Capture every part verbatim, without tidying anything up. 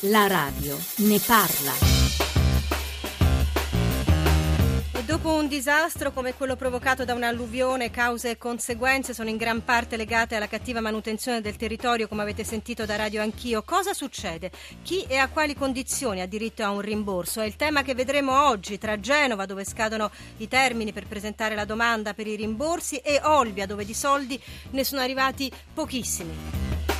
La radio ne parla. E dopo un disastro come quello provocato da un'alluvione, cause e conseguenze sono in gran parte legate alla cattiva manutenzione del territorio, come avete sentito da Radio Anch'io. Cosa succede? Chi e a quali condizioni ha diritto a un rimborso? È il tema che vedremo oggi tra Genova, dove scadono i termini per presentare la domanda per i rimborsi, e Olbia, dove di soldi ne sono arrivati pochissimi.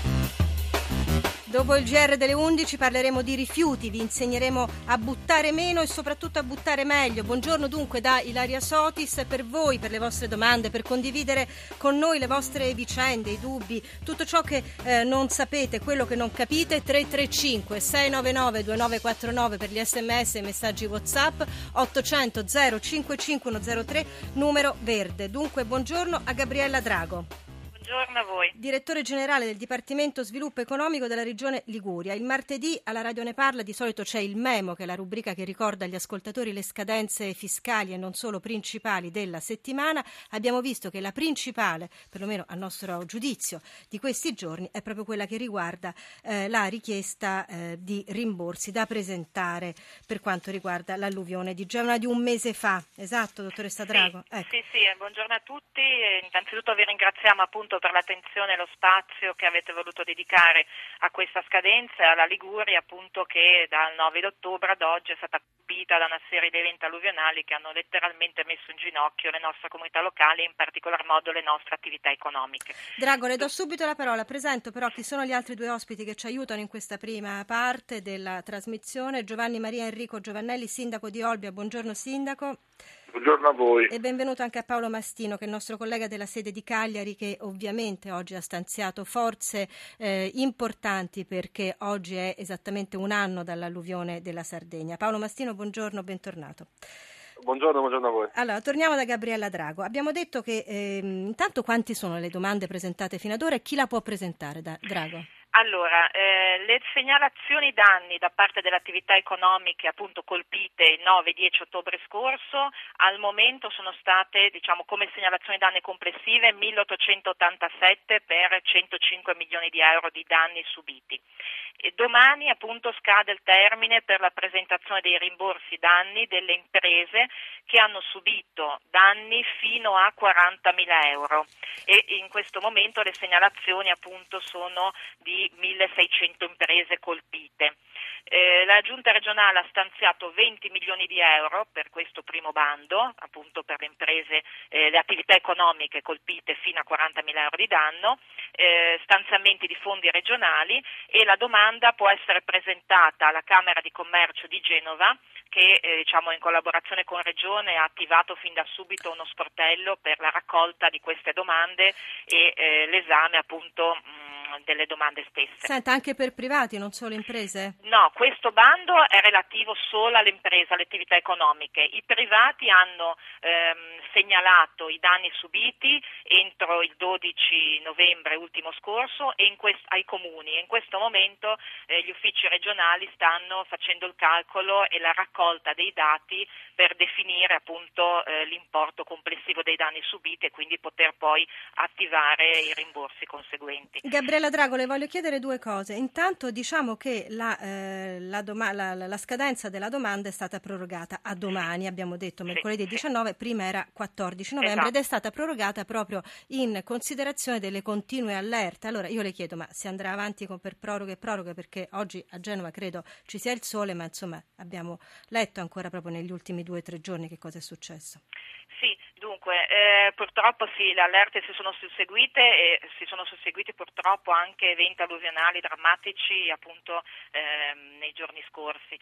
Dopo il G R delle undici parleremo di rifiuti, vi insegneremo a buttare meno e soprattutto a buttare meglio. Buongiorno dunque da Ilaria Sotis, per voi, per le vostre domande, per condividere con noi le vostre vicende, i dubbi, tutto ciò che eh, non sapete, quello che non capite. Tre tre cinque sei nove nove due nove quattro nove per gli sms e i messaggi WhatsApp, ottocento zero cinque cinque uno zero tre, numero verde. Dunque buongiorno a Gabriella Drago. Buongiorno a voi. Direttore generale del Dipartimento Sviluppo Economico della Regione Liguria. Il martedì alla Radio Ne Parla di solito c'è il Memo, che è la rubrica che ricorda agli ascoltatori le scadenze fiscali e non solo principali della settimana. Abbiamo visto che la principale, perlomeno a nostro giudizio, di questi giorni è proprio quella che riguarda eh, la richiesta eh, di rimborsi da presentare per quanto riguarda l'alluvione di Genova di un mese fa. Esatto, dottoressa Drago? Sì, ecco. sì, sì, buongiorno a tutti. Innanzitutto vi ringraziamo appunto per l'attenzione e lo spazio che avete voluto dedicare a questa scadenza e alla Liguria, appunto, che dal nove ottobre ad oggi è stata colpita da una serie di eventi alluvionali che hanno letteralmente messo in ginocchio le nostre comunità locali e in particolar modo le nostre attività economiche. Drago, le do subito la parola. Presento però chi sono gli altri due ospiti che ci aiutano in questa prima parte della trasmissione. Giovanni Maria Enrico Giovannelli, sindaco di Olbia. Buongiorno sindaco. Buongiorno a voi. E benvenuto anche a Paolo Mastino, che è il nostro collega della sede di Cagliari, che ovviamente oggi ha stanziato forze eh, importanti, perché oggi è esattamente un anno dall'alluvione della Sardegna. Paolo Mastino, buongiorno, bentornato. Buongiorno, buongiorno a voi. Allora, torniamo da Gabriella Drago. Abbiamo detto che eh, intanto quanti sono le domande presentate fino ad ora e chi la può presentare, da, Drago? Allora, eh, le segnalazioni danni da parte delle attività economiche appunto colpite il nove dieci ottobre scorso, al momento sono state, diciamo, come segnalazioni danni complessive milleottocentottantasette per centocinque milioni di euro di danni subiti. E domani appunto scade il termine per la presentazione dei rimborsi danni delle imprese che hanno subito danni fino a quarantamila euro, e in questo momento le segnalazioni appunto sono di milleseicento imprese colpite. Eh, la Giunta regionale ha stanziato venti milioni di euro per questo primo bando, appunto per le imprese, eh, le attività economiche colpite fino a quarantamila euro di danno, eh, stanziamenti di fondi regionali, e la domanda può essere presentata alla Camera di Commercio di Genova, che eh, diciamo in collaborazione con Regione ha attivato fin da subito uno sportello per la raccolta di queste domande e eh, l'esame appunto mh, delle domande stesse. Senta, anche per privati, non solo imprese? No, questo bando è relativo solo alle imprese, alle attività economiche. I privati hanno ehm, segnalato i danni subiti entro il dodici novembre ultimo scorso e in quest- ai comuni. In questo momento eh, gli uffici regionali stanno facendo il calcolo e la raccolta dei dati per definire appunto eh, l'importo complessivo dei danni subiti e quindi poter poi attivare i rimborsi conseguenti. Gabriella Drago, le voglio chiedere due cose. Intanto diciamo che la, eh, la, doma- la, la scadenza della domanda è stata prorogata a domani, abbiamo detto mercoledì diciannove, prima era quattordici novembre, esatto. Ed è stata prorogata proprio in considerazione delle continue allerte. Allora io le chiedo, ma si andrà avanti con per proroghe e proroghe, perché oggi a Genova credo ci sia il sole, ma insomma abbiamo letto ancora proprio negli ultimi due o tre giorni che cosa è successo. Sì, dunque, eh, purtroppo sì, le allerte si sono susseguite e si sono susseguiti purtroppo anche eventi alluvionali drammatici appunto ehm, nei giorni scorsi.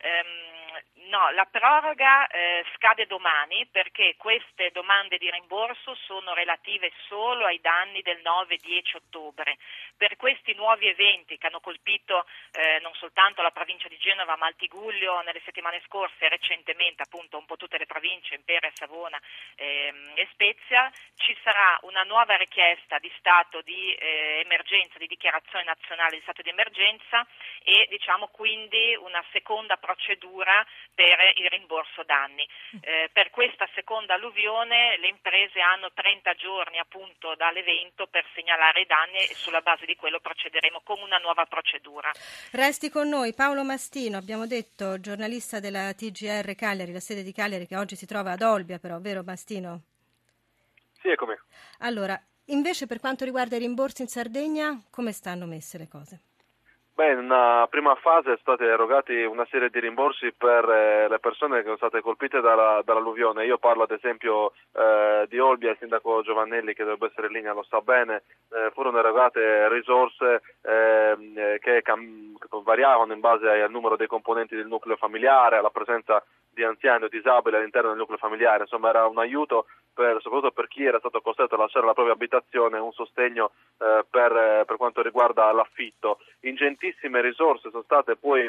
Ehm, no, la proroga eh, scade domani, perché queste domande di rimborso sono relative solo ai danni del nove dieci ottobre. Per questi nuovi eventi che hanno colpito eh, non soltanto la provincia di Genova, ma il Tigullio nelle settimane scorse e recentemente appunto un po' tutte le province, Imperia, Savona, eh, e, e Spezia, ci sarà una nuova richiesta di stato di eh, emergenza, di dichiarazione nazionale di stato di emergenza e diciamo quindi una seconda procedura per il rimborso danni. Eh, per questa seconda alluvione le imprese hanno trenta giorni appunto dall'evento per segnalare i danni e sulla base di quello procederemo con una nuova procedura. Resti con noi Paolo Mastino, abbiamo detto giornalista della T G R Cagliari, la sede di Cagliari che oggi si trova ad Olbia, però, vero Mastino? Sì, eccomi. Allora, invece per quanto riguarda i rimborsi in Sardegna, come stanno messe le cose? Beh, in una prima fase sono stati erogati una serie di rimborsi per eh, le persone che sono state colpite dalla, dall'alluvione. Io parlo ad esempio eh, di Olbia, il sindaco Giovannelli che dovrebbe essere in linea lo sa bene, eh, furono erogate risorse eh, che, cam- che variavano in base al numero dei componenti del nucleo familiare, alla presenza di anziani o disabili all'interno del nucleo familiare. Insomma, era un aiuto per, soprattutto per chi era stato costretto a lasciare la propria abitazione, un sostegno eh, per, eh, per quanto riguarda l'affitto. Ingentissime risorse sono state poi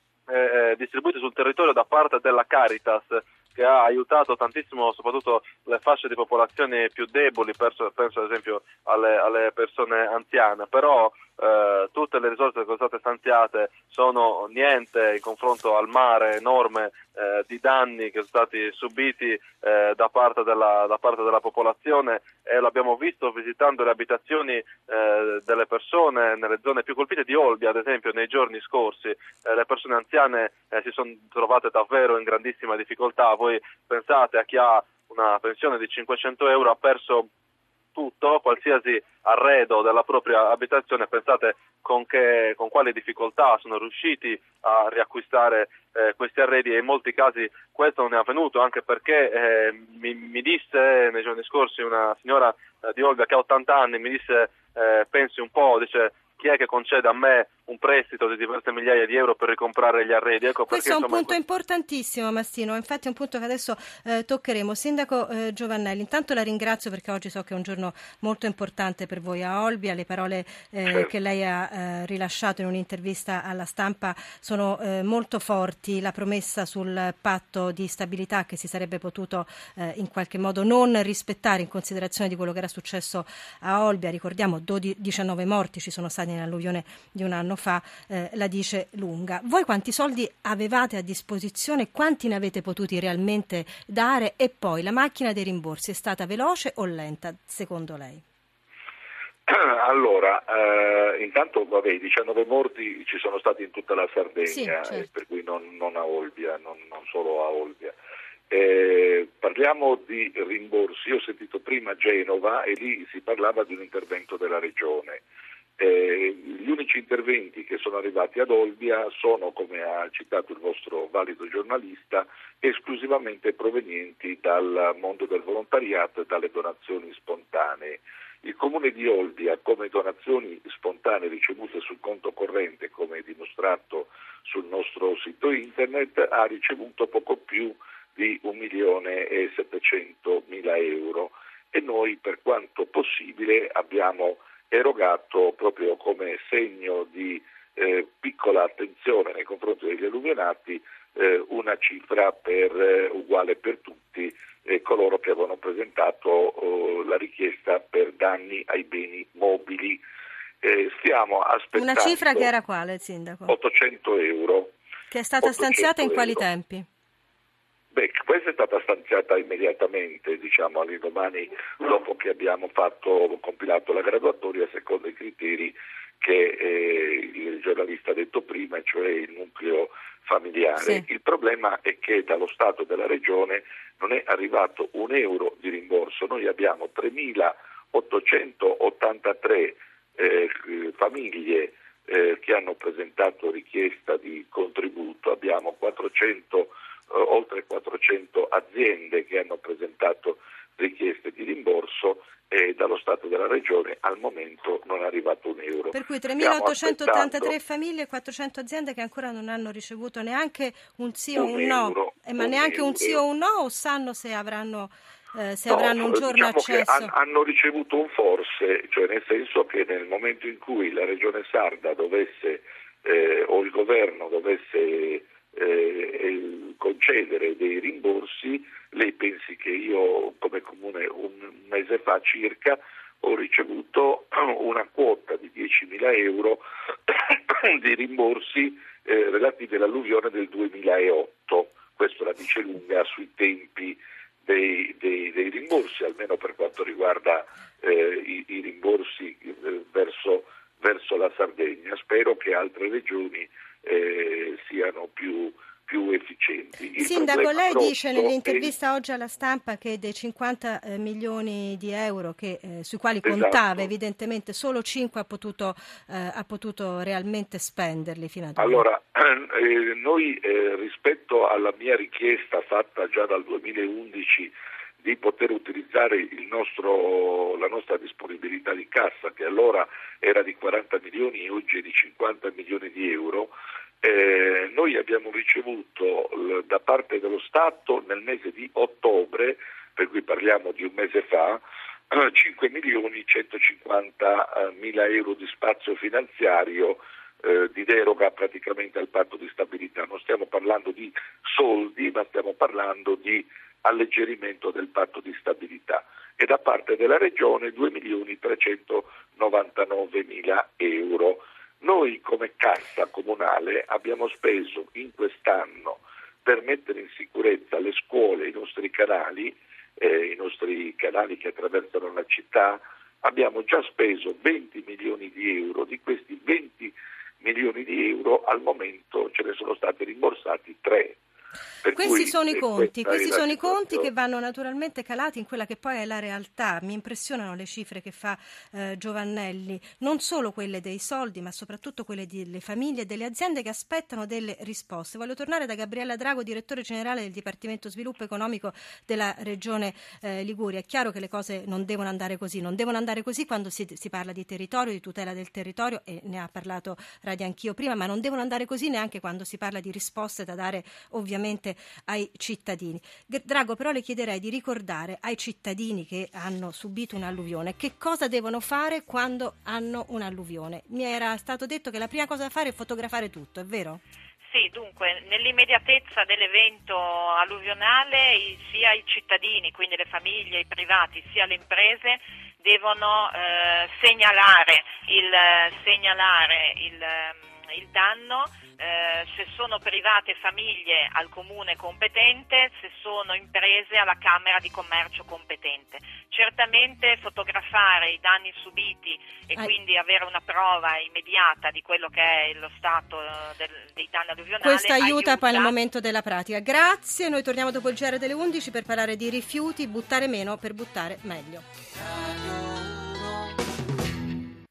eh, distribuite sul territorio da parte della Caritas, che ha aiutato tantissimo soprattutto le fasce di popolazione più deboli, penso, penso ad esempio alle, alle persone anziane, però eh, tutte le risorse che sono state stanziate sono niente in confronto al mare enorme eh, di danni che sono stati subiti eh, da parte della, da parte della popolazione, e l'abbiamo visto visitando le abitazioni eh, delle persone nelle zone più colpite di Olbia, ad esempio nei giorni scorsi. Eh, le persone anziane eh, si sono trovate davvero in grandissima difficoltà. Voi pensate a chi ha una pensione di cinquecento euro, ha perso tutto, qualsiasi arredo della propria abitazione, pensate con che con quali difficoltà sono riusciti a riacquistare eh, questi arredi, e in molti casi questo non è avvenuto, anche perché eh, mi, mi disse nei giorni scorsi una signora eh, di Olbia che ha ottanta anni, mi disse eh, pensi un po', dice: chi è che concede a me un prestito di diverse migliaia di euro per ricomprare gli arredi? Ecco, Questo perché, è un insomma, punto importantissimo, Mastino, infatti è un punto che adesso eh, toccheremo. Sindaco eh, Giovannelli, intanto la ringrazio perché oggi so che è un giorno molto importante per voi a Olbia. Le parole eh, certo. che lei ha eh, rilasciato in un'intervista alla stampa sono eh, molto forti. La promessa sul patto di stabilità che si sarebbe potuto eh, in qualche modo non rispettare in considerazione di quello che era successo a Olbia. Ricordiamo diciannove morti ci sono stati nell'alluvione di un anno fa, eh, la dice lunga. Voi quanti soldi avevate a disposizione, quanti ne avete potuti realmente dare, e poi la macchina dei rimborsi è stata veloce o lenta secondo lei? Allora, eh, intanto vabbè, i diciannove morti ci sono stati in tutta la Sardegna, sì, certo. eh, per cui non, non a Olbia, non, non solo a Olbia. Eh, parliamo di rimborsi. Io ho sentito prima Genova e lì si parlava di un intervento della Regione. Eh, gli unici interventi che sono arrivati ad Olbia sono, come ha citato il vostro valido giornalista, esclusivamente provenienti dal mondo del volontariato e dalle donazioni spontanee. Il Comune di Olbia, come donazioni spontanee ricevute sul conto corrente, come dimostrato sul nostro sito internet, ha ricevuto poco più di un milione e settecentomila euro, e noi, per quanto possibile, abbiamo erogato, proprio come segno di eh, piccola attenzione nei confronti degli alluvionati, eh, una cifra per, eh, uguale per tutti eh, coloro che avevano presentato eh, la richiesta per danni ai beni mobili. Eh, stiamo aspettando una cifra che era quale, Sindaco? ottocento euro. Che è stata stanziata in quali euro. tempi? Beh, questa è stata stanziata immediatamente, diciamo all'indomani, dopo che abbiamo fatto, compilato la graduatoria secondo i criteri che eh, il giornalista ha detto prima, cioè il nucleo familiare. Sì. Il problema è che dallo Stato e dalla Regione non è arrivato un euro di rimborso. Noi abbiamo tremilaottocentottantatré eh, famiglie eh, che hanno presentato richiesta di contributo, abbiamo quattrocento oltre quattrocento aziende che hanno presentato richieste di rimborso, e dallo Stato e dalla Regione al momento non è arrivato un euro. Per cui tremilaottocentottantatré famiglie e quattrocento aziende che ancora non hanno ricevuto neanche un sì o un, un no, euro, eh, ma un neanche euro. un sì o un no, o sanno se avranno eh, se no, avranno un giorno diciamo accesso? Che han, hanno ricevuto un forse, cioè nel senso che nel momento in cui la Regione Sarda dovesse eh, o il governo dovesse Eh, concedere dei rimborsi, lei pensi che io come di rimborsi eh, relativi all'alluvione del duemilaotto. Questo la dice lunga sui tempi dei, dei, dei rimborsi, almeno per quanto riguarda eh, i, i rimborsi eh, verso, verso la Sardegna. Spero che altre regioni eh, siano più più efficienti. Il Sindaco, lei dice nell'intervista è... oggi alla Stampa che dei cinquanta eh, milioni di euro che, eh, sui quali contava, esatto, evidentemente solo cinque ha potuto, eh, ha potuto realmente spenderli fino ad ora. Allora, eh, noi eh, rispetto alla mia richiesta fatta già dal duemilaundici di poter utilizzare il nostro, la nostra disponibilità di cassa, che allora era di quaranta milioni e oggi è di cinquanta milioni di euro, Eh, noi abbiamo ricevuto l- da parte dello Stato nel mese di ottobre, per cui parliamo di un mese fa, eh, cinque milioni centocinquanta mila euro di spazio finanziario eh, di deroga praticamente al patto di stabilità. Non stiamo parlando di soldi, ma stiamo parlando di alleggerimento del patto di stabilità. E da parte della Regione due milioni trecentonovantanove mila euro. Noi come cassa comunale abbiamo speso in quest'anno per mettere in sicurezza le scuole, i nostri canali, eh, i nostri canali che attraversano la città, abbiamo già speso venti milioni di euro. Di questi venti milioni di euro al momento ce ne sono stati rimborsati tre. Per questi cui, sono i conti, questi sono i conti che situazione. vanno naturalmente calati in quella che poi è la realtà. Mi impressionano le cifre che fa eh, Giovannelli, non solo quelle dei soldi, ma soprattutto quelle delle famiglie e delle aziende che aspettano delle risposte. Voglio tornare da Gabriella Drago, direttore generale del Dipartimento Sviluppo Economico della Regione eh, Liguria. È chiaro che le cose non devono andare così, non devono andare così quando si, si parla di territorio, di tutela del territorio, e ne ha parlato Radio Anch'io prima, ma non devono andare così neanche quando si parla di risposte da dare ovviamente ai cittadini. Drago, però le chiederei di ricordare ai cittadini che hanno subito un'alluvione che cosa devono fare quando hanno un'alluvione. Mi era stato detto che la prima cosa da fare è fotografare tutto, è vero? Sì, dunque, nell'immediatezza dell'evento alluvionale sia i cittadini, quindi le famiglie, i privati, sia le imprese devono eh, segnalare il, segnalare il, il danno. Eh, se sono private famiglie al comune competente, se sono imprese alla Camera di Commercio competente. Certamente fotografare i danni subiti e ah. quindi avere una prova immediata di quello che è lo stato del, dei danni alluvionali. Questo aiuta, aiuta poi nel momento della pratica. Grazie, noi torniamo dopo il G R delle undici per parlare di rifiuti, buttare meno per buttare meglio.